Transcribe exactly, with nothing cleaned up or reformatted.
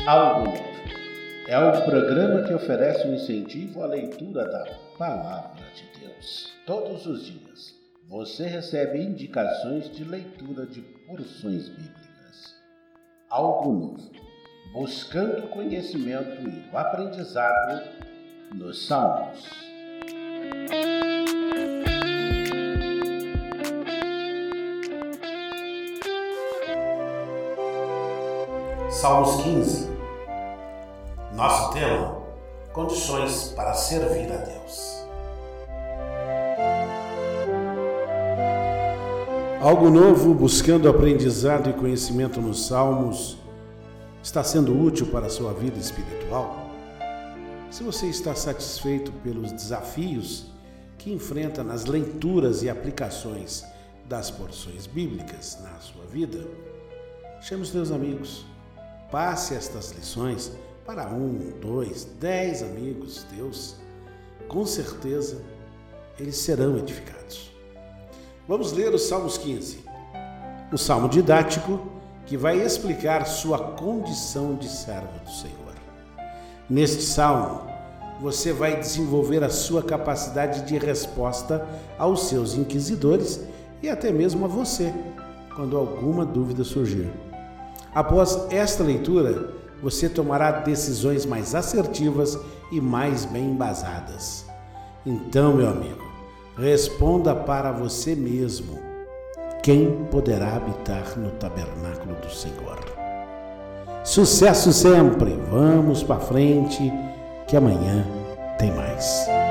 Algo Novo. É um programa que oferece um incentivo à leitura da Palavra de Deus. Todos os dias você recebe indicações de leitura de porções bíblicas. Algo Novo. Buscando o conhecimento e o aprendizado nos Salmos. Salmos quinze. Nosso tema: condições para servir a Deus. Algo novo, buscando aprendizado e conhecimento nos Salmos, está sendo útil para a sua vida espiritual? Se você está satisfeito pelos desafios que enfrenta nas leituras e aplicações das porções bíblicas na sua vida, chame os teus amigos. Passe estas lições para um, dois, dez amigos teus. Com certeza, eles serão edificados. Vamos ler o Salmos quinze. Um salmo didático que vai explicar sua condição de servo do Senhor. Neste salmo, você vai desenvolver a sua capacidade de resposta aos seus inquisidores e até mesmo a você, quando alguma dúvida surgir. Após esta leitura, você tomará decisões mais assertivas e mais bem embasadas. Então, meu amigo, responda para você mesmo: quem poderá habitar no tabernáculo do Senhor? Sucesso sempre! Vamos para frente, que amanhã tem mais.